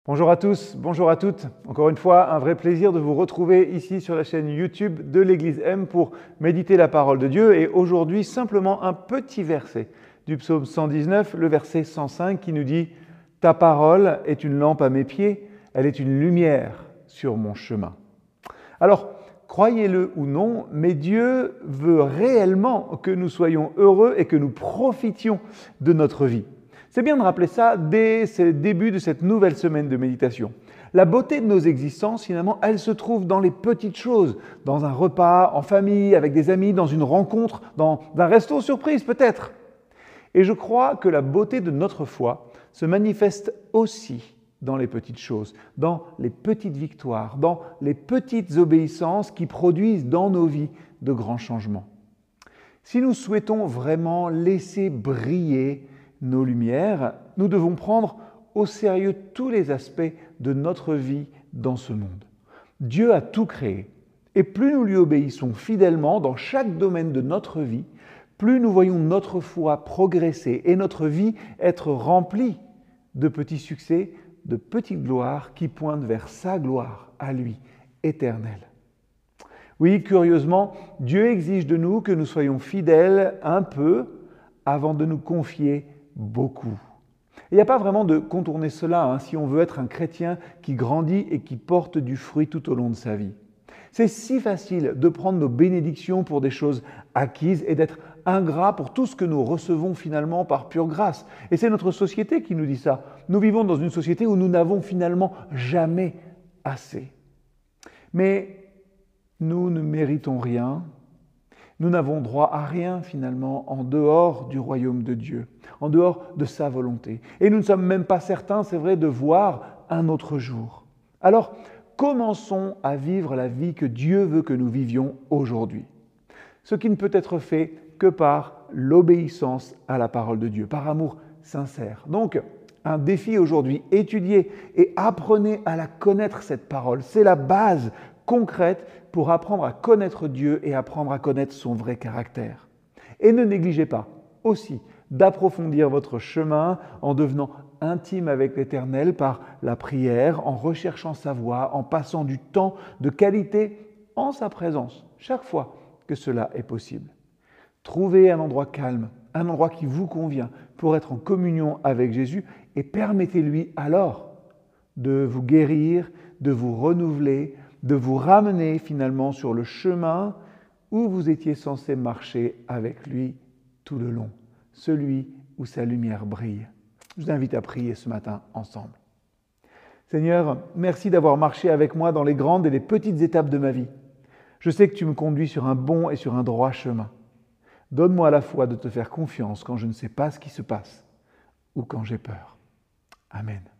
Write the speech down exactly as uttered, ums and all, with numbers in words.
Bonjour à tous, bonjour à toutes. Encore une fois, un vrai plaisir de vous retrouver ici sur la chaîne YouTube de l'Église M pour méditer la parole de Dieu. Et aujourd'hui, simplement un petit verset du psaume cent dix-neuf, le verset cent cinq qui nous dit « Ta parole est une lampe à mes pieds, elle est une lumière sur mon chemin. » Alors, croyez-le ou non, mais Dieu veut réellement que nous soyons heureux et que nous profitions de notre vie. C'est bien de rappeler ça dès le début de cette nouvelle semaine de méditation. La beauté de nos existences, finalement, elle se trouve dans les petites choses, dans un repas, en famille, avec des amis, dans une rencontre, dans un resto surprise peut-être. Et je crois que la beauté de notre foi se manifeste aussi dans les petites choses, dans les petites victoires, dans les petites obéissances qui produisent dans nos vies de grands changements. Si nous souhaitons vraiment laisser briller nos lumières, nous devons prendre au sérieux tous les aspects de notre vie dans ce monde. Dieu a tout créé et plus nous lui obéissons fidèlement dans chaque domaine de notre vie, plus nous voyons notre foi progresser et notre vie être remplie de petits succès, de petites gloires qui pointent vers sa gloire à lui, éternelle. Oui, curieusement, Dieu exige de nous que nous soyons fidèles un peu avant de nous confier beaucoup. Il n'y a pas vraiment de contourner cela hein, si on veut être un chrétien qui grandit et qui porte du fruit tout au long de sa vie. C'est si facile de prendre nos bénédictions pour des choses acquises et d'être ingrat pour tout ce que nous recevons finalement par pure grâce. Et c'est notre société qui nous dit ça. Nous vivons dans une société où nous n'avons finalement jamais assez. Mais nous ne méritons rien. Nous n'avons droit à rien finalement en dehors du royaume de Dieu, en dehors de sa volonté. Et nous ne sommes même pas certains, c'est vrai, de voir un autre jour. Alors, commençons à vivre la vie que Dieu veut que nous vivions aujourd'hui. Ce qui ne peut être fait que par l'obéissance à la parole de Dieu, par amour sincère. Donc, un défi aujourd'hui, étudiez et apprenez à la connaître cette parole. C'est la base concrète pour apprendre à connaître Dieu et apprendre à connaître son vrai caractère. Et ne négligez pas aussi d'approfondir votre chemin en devenant intime avec l'Éternel par la prière, en recherchant sa voix, en passant du temps de qualité en sa présence, chaque fois que cela est possible. Trouvez un endroit calme, un endroit qui vous convient pour être en communion avec Jésus et permettez-lui alors de vous guérir, de vous renouveler, de vous ramener finalement sur le chemin où vous étiez censé marcher avec lui tout le long, celui où sa lumière brille. Je vous invite à prier ce matin ensemble. Seigneur, merci d'avoir marché avec moi dans les grandes et les petites étapes de ma vie. Je sais que tu me conduis sur un bon et sur un droit chemin. Donne-moi la foi de te faire confiance quand je ne sais pas ce qui se passe ou quand j'ai peur. Amen.